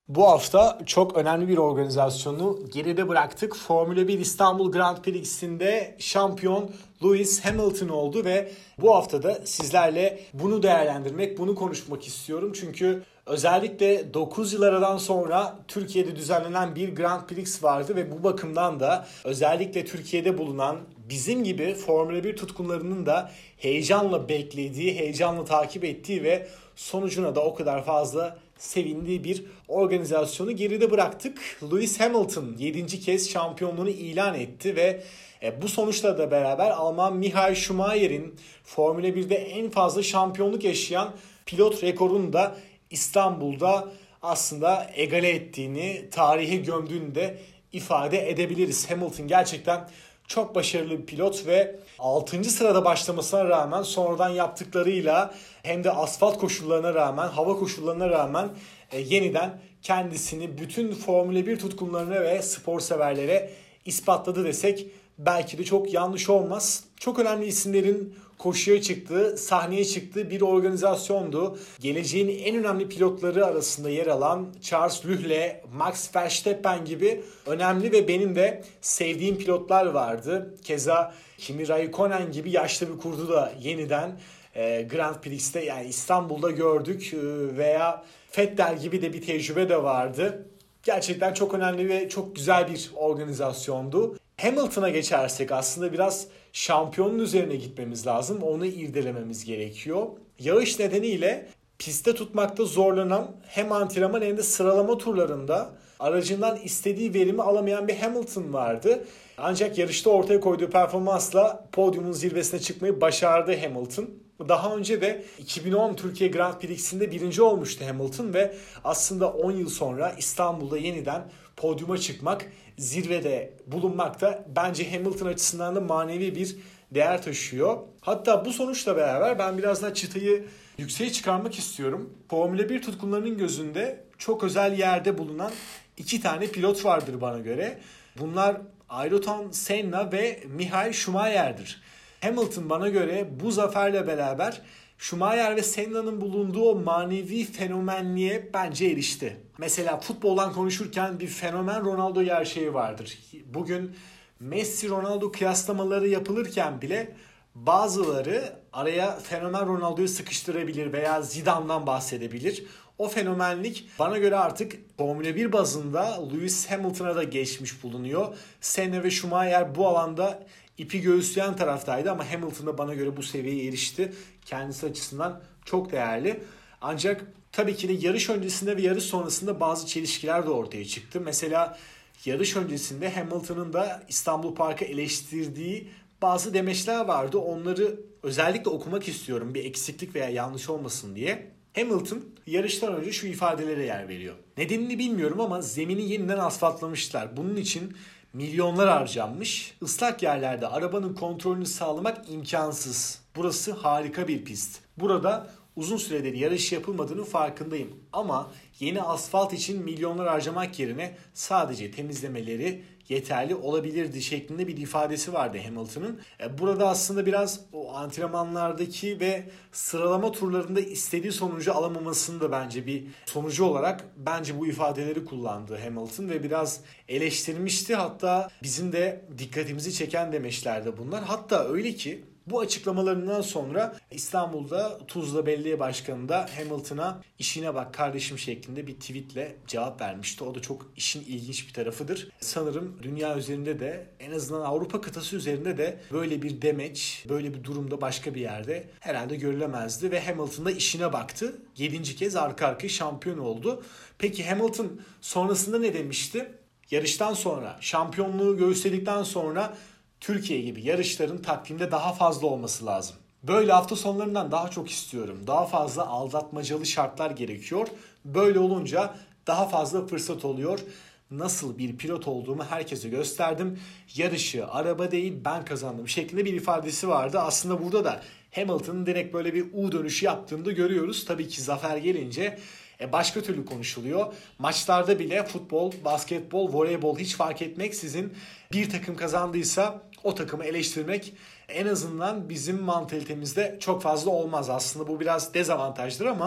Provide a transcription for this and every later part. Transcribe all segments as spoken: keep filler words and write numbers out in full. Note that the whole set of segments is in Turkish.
Bu hafta çok önemli bir organizasyonu geride bıraktık. Formula bir İstanbul Grand Prix'sinde şampiyon Lewis Hamilton oldu ve bu haftada sizlerle bunu değerlendirmek, bunu konuşmak istiyorum. Çünkü özellikle dokuz yıl aradan sonra Türkiye'de düzenlenen bir Grand Prix vardı ve bu bakımdan da özellikle Türkiye'de bulunan bizim gibi Formula bir tutkunlarının da heyecanla beklediği, heyecanla takip ettiği ve sonucuna da o kadar fazla sevindiği bir organizasyonu geride bıraktık. Lewis Hamilton yedinci kez şampiyonluğunu ilan etti ve bu sonuçla da beraber Alman Michael Schumacher'in Formula birde en fazla şampiyonluk yaşayan pilot rekorunu da İstanbul'da aslında egale ettiğini, tarihe gömdüğünü de ifade edebiliriz. Hamilton gerçekten çok başarılı bir pilot ve altıncı sırada başlamasına rağmen sonradan yaptıklarıyla hem de asfalt koşullarına rağmen, hava koşullarına rağmen e, yeniden kendisini bütün Formula bir tutkunlarına ve spor severlere ispatladı desek belki de çok yanlış olmaz. Çok önemli isimlerin koşuya çıktığı, sahneye çıktığı bir organizasyondu. Geleceğin en önemli pilotları arasında yer alan Charles Leclerc, Max Verstappen gibi önemli ve benim de sevdiğim pilotlar vardı. Keza Kimi Raikkonen gibi yaşlı bir kurdu da yeniden e, Grand Prix'te yani İstanbul'da gördük e, veya Vettel gibi de bir tecrübe de vardı. Gerçekten çok önemli ve çok güzel bir organizasyondu. Hamilton'a geçersek aslında biraz şampiyonun üzerine gitmemiz lazım. Onu irdelememiz gerekiyor. Yağış nedeniyle pistte tutmakta zorlanan hem antrenman hem de sıralama turlarında aracından istediği verimi alamayan bir Hamilton vardı. Ancak yarışta ortaya koyduğu performansla podyumun zirvesine çıkmayı başardı Hamilton. Daha önce de iki bin on Türkiye Grand Prix'sinde birinci olmuştu Hamilton ve aslında on yıl sonra İstanbul'da yeniden podyuma çıkmak, zirvede bulunmak da bence Hamilton açısından da manevi bir değer taşıyor. Hatta bu sonuçla beraber ben biraz daha çıtayı yükseğe çıkarmak istiyorum. Formula bir tutkunlarının gözünde çok özel yerde bulunan iki tane pilot vardır bana göre. Bunlar Ayrton Senna ve Michael Schumacher'dir. Hamilton bana göre bu zaferle beraber Schumacher ve Senna'nın bulunduğu o manevi fenomenliğe bence erişti. Mesela futboldan konuşurken bir fenomen Ronaldo gerçeği vardır. Bugün Messi-Ronaldo kıyaslamaları yapılırken bile bazıları araya fenomen Ronaldo'yu sıkıştırabilir veya Zidane'dan bahsedebilir. O fenomenlik bana göre artık Formula bir bazında Lewis Hamilton'a da geçmiş bulunuyor. Senna ve Schumacher bu alanda ipi göğüsleyen taraftaydı ama Hamilton da bana göre bu seviyeye erişti. Kendisi açısından çok değerli. Ancak tabii ki de yarış öncesinde ve yarış sonrasında bazı çelişkiler de ortaya çıktı. Mesela yarış öncesinde Hamilton'ın da İstanbul Park'ı eleştirdiği bazı demeçler vardı. Onları özellikle okumak istiyorum bir eksiklik veya yanlış olmasın diye. Hamilton yarıştan önce şu ifadelere yer veriyor. Nedenini bilmiyorum ama zemini yeniden asfaltlamışlar. Bunun için milyonlar harcanmış. Islak yerlerde arabanın kontrolünü sağlamak imkansız. Burası harika bir pist. Burada uzun süredir yarış yapılmadığının farkındayım. Ama yeni asfalt için milyonlar harcamak yerine sadece temizlemeleri yeterli olabilirdi şeklinde bir ifadesi vardı Hamilton'ın. Burada aslında biraz o antrenmanlardaki ve sıralama turlarında istediği sonucu alamamasını da bence bir sonucu olarak bence bu ifadeleri kullandı Hamilton ve biraz eleştirmişti. Hatta bizim de dikkatimizi çeken demeçlerdi bunlar. Hatta öyle ki bu açıklamalarından sonra İstanbul'da Tuzla Belediye Başkanı da Hamilton'a işine bak kardeşim şeklinde bir tweetle cevap vermişti. O da çok işin ilginç bir tarafıdır. Sanırım dünya üzerinde de en azından Avrupa kıtası üzerinde de böyle bir demeç, böyle bir durumda başka bir yerde herhalde görülemezdi ve Hamilton da işine baktı. yedinci kez arka arkaya şampiyon oldu. Peki Hamilton sonrasında ne demişti? Yarıştan sonra, şampiyonluğu göğüsledikten sonra Türkiye gibi yarışların takvimde daha fazla olması lazım. Böyle hafta sonlarından daha çok istiyorum. Daha fazla aldatmacalı şartlar gerekiyor. Böyle olunca daha fazla fırsat oluyor. Nasıl bir pilot olduğumu herkese gösterdim. Yarışı araba değil ben kazandım şeklinde bir ifadesi vardı. Aslında burada da Hamilton'ın direkt böyle bir U dönüşü yaptığını da görüyoruz. Tabii ki zafer gelince E başka türlü konuşuluyor. Maçlarda bile futbol, basketbol, voleybol hiç fark etmeksizin bir takım kazandıysa o takımı eleştirmek en azından bizim mantalitemizde çok fazla olmaz. Aslında bu biraz dezavantajdır ama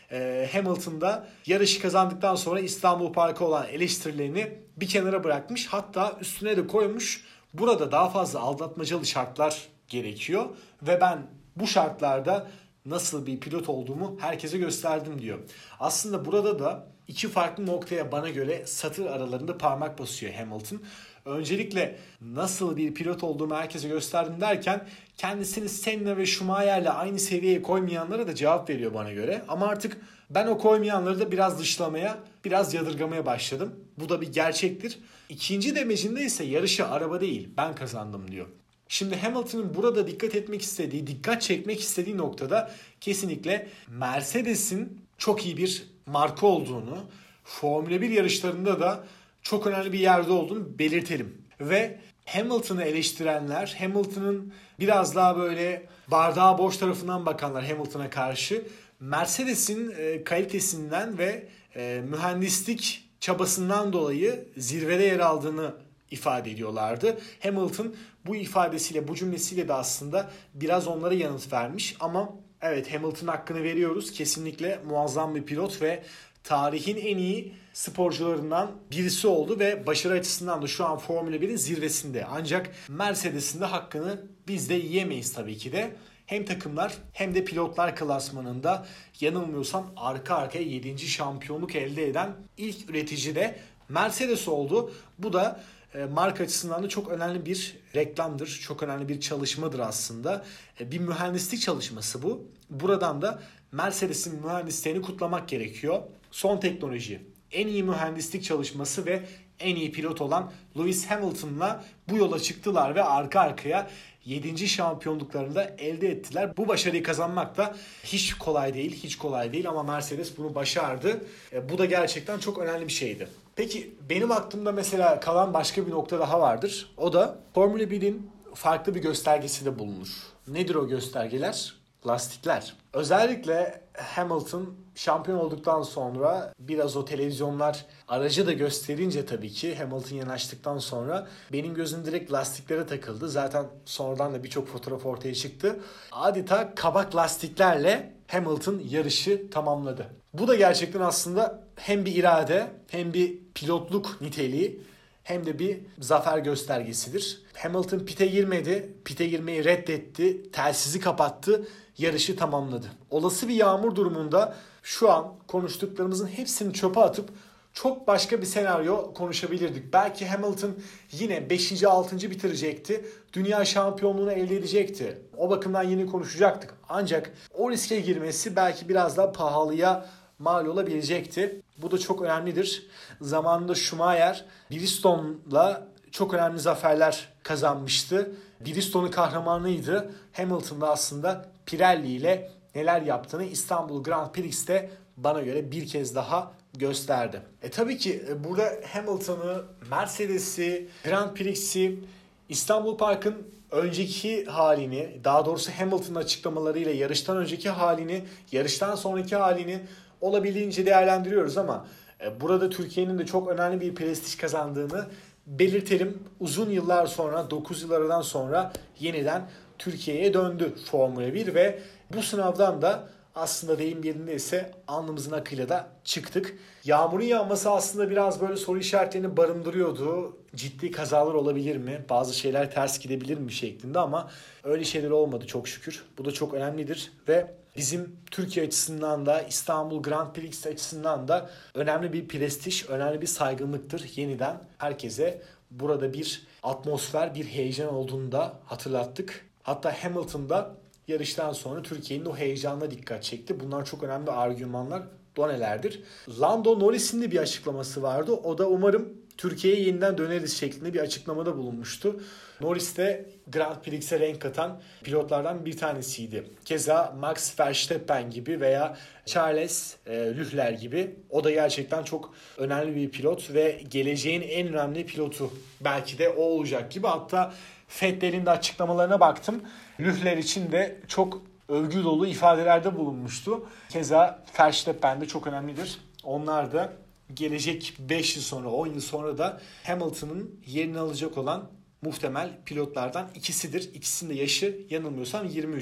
e, Hamilton'da yarışı kazandıktan sonra İstanbul Park'a olan eleştirilerini bir kenara bırakmış. Hatta üstüne de koymuş. Burada daha fazla aldatmacalı şartlar gerekiyor ve ben bu şartlarda nasıl bir pilot olduğumu herkese gösterdim diyor. Aslında burada da iki farklı noktaya bana göre satır aralarında parmak basıyor Hamilton. Öncelikle nasıl bir pilot olduğumu herkese gösterdim derken kendisini Senna ve Schumacher'le aynı seviyeye koymayanlara da cevap veriyor bana göre. Ama artık ben o koymayanları da biraz dışlamaya, biraz yadırgamaya başladım. Bu da bir gerçektir. İkinci demecinde ise yarışı araba değil ben kazandım diyor. Şimdi Hamilton'ın burada dikkat etmek istediği, dikkat çekmek istediği noktada kesinlikle Mercedes'in çok iyi bir marka olduğunu, Formula bir yarışlarında da çok önemli bir yerde olduğunu belirtelim. Ve Hamilton'ı eleştirenler, Hamilton'ın biraz daha böyle bardağı boş tarafından bakanlar Hamilton'a karşı Mercedes'in e, kalitesinden ve e, mühendislik çabasından dolayı zirvede yer aldığını ifade ediyorlardı. Hamilton bu ifadesiyle, bu cümlesiyle de aslında biraz onlara yanıt vermiş ama evet Hamilton hakkını veriyoruz. Kesinlikle muazzam bir pilot ve tarihin en iyi sporcularından birisi oldu ve başarı açısından da şu an Formula birin zirvesinde. Ancak Mercedes'in de hakkını biz de yiyemeyiz tabii ki de. Hem takımlar hem de pilotlar klasmanında yanılmıyorsam arka arkaya yedinci şampiyonluk elde eden ilk üretici de Mercedes oldu. Bu da marka açısından da çok önemli bir reklamdır. Çok önemli bir çalışmadır aslında. Bir mühendislik çalışması bu. Buradan da Mercedes'in mühendislerini kutlamak gerekiyor. Son teknoloji, en iyi mühendislik çalışması ve en iyi pilot olan Lewis Hamilton'la bu yola çıktılar ve arka arkaya yedinci şampiyonluklarını da elde ettiler. Bu başarıyı kazanmak da hiç kolay değil, hiç kolay değil ama Mercedes bunu başardı. E, bu da gerçekten çok önemli bir şeydi. Peki benim aklımda mesela kalan başka bir nokta daha vardır. O da Formula birin farklı bir göstergesi de bulunur. Nedir o göstergeler? Lastikler. Özellikle Hamilton şampiyon olduktan sonra biraz o televizyonlar aracı da gösterince tabii ki Hamilton yanaştıktan sonra benim gözüm direkt lastiklere takıldı. Zaten sonradan da birçok fotoğraf ortaya çıktı. Adeta kabak lastiklerle Hamilton yarışı tamamladı. Bu da gerçekten aslında hem bir irade hem bir pilotluk niteliği hem de bir zafer göstergesidir. Hamilton pite girmedi, pite girmeyi reddetti, telsizi kapattı, yarışı tamamladı. Olası bir yağmur durumunda şu an konuştuklarımızın hepsini çöpe atıp çok başka bir senaryo konuşabilirdik. Belki Hamilton yine beşinci altıncı bitirecekti. Dünya şampiyonluğunu elde edecekti. O bakımdan yine konuşacaktık. Ancak o riske girmesi belki biraz daha pahalıya mal olabilecekti. Bu da çok önemlidir. Zamanında Schumacher Bridgestone'la çok önemli zaferler kazanmıştı. Bridgestone'un kahramanıydı. Hamilton da aslında Pirelli ile neler yaptığını İstanbul Grand Prix'te bana göre bir kez daha gösterdi. E tabii ki burada Hamilton'ı, Mercedes'i, Grand Prix'si, İstanbul Park'ın önceki halini, daha doğrusu Hamilton'ın açıklamalarıyla yarıştan önceki halini, yarıştan sonraki halini olabildiğince değerlendiriyoruz ama burada Türkiye'nin de çok önemli bir prestij kazandığını belirtelim. Uzun yıllar sonra, dokuz yıl aradan sonra yeniden Türkiye'ye döndü Formula bir ve bu sınavdan da aslında deyim yerindeyse alnımızın akıyla da çıktık. Yağmurun yağması aslında biraz böyle soru işaretlerini barındırıyordu. Ciddi kazalar olabilir mi? Bazı şeyler ters gidebilir mi şeklinde ama öyle şeyler olmadı çok şükür. Bu da çok önemlidir ve bizim Türkiye açısından da İstanbul Grand Prix açısından da önemli bir prestij, önemli bir saygınlıktır. Yeniden herkese burada bir atmosfer, bir heyecan olduğunu da hatırlattık. Hatta Hamilton'da yarıştan sonra Türkiye'nin o heyecanına dikkat çekti. Bunlar çok önemli argümanlar, donelerdir. Lando Norris'in de bir açıklaması vardı. O da umarım Türkiye'ye yeniden döneriz şeklinde bir açıklamada bulunmuştu. Norris de Grand Prix'e renk katan pilotlardan bir tanesiydi. Keza Max Verstappen gibi veya Charles e, Leclerc gibi. O da gerçekten çok önemli bir pilot ve geleceğin en önemli pilotu. Belki de o olacak gibi. Hatta Vettel'in de açıklamalarına baktım. Leclerc için de çok övgü dolu ifadelerde bulunmuştu. Keza Verstappen de çok önemlidir. Onlar da gelecek beş yıl sonra, on yıl sonra da Hamilton'ın yerini alacak olan muhtemel pilotlardan ikisidir. İkisinin de yaşı yanılmıyorsam yirmi üç.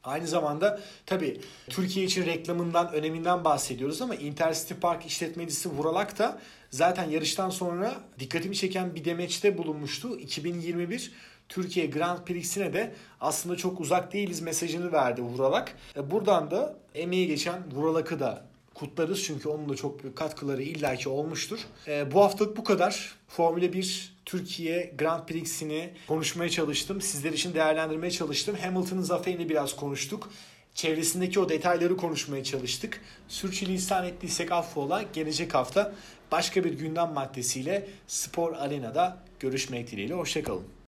Aynı zamanda tabii Türkiye için reklamından, öneminden bahsediyoruz ama Intercity Park işletmecisi Vuralak da zaten yarıştan sonra dikkatimi çeken bir demeçte bulunmuştu. iki bin yirmi bir Türkiye Grand Prix'sine de aslında çok uzak değiliz mesajını verdi Vuralak. Buradan da emeği geçen Vuralak'ı da kutlarız çünkü onun da çok büyük katkıları illaki olmuştur. E, bu haftalık bu kadar. Formula bir Türkiye Grand Prix'sini konuşmaya çalıştım. Sizler için değerlendirmeye çalıştım. Hamilton'ın zaferini biraz konuştuk. Çevresindeki o detayları konuşmaya çalıştık. Sürçülisan ettiysek affola. Gelecek hafta başka bir gündem maddesiyle Spor Arena'da görüşmek dileğiyle. Hoşçakalın.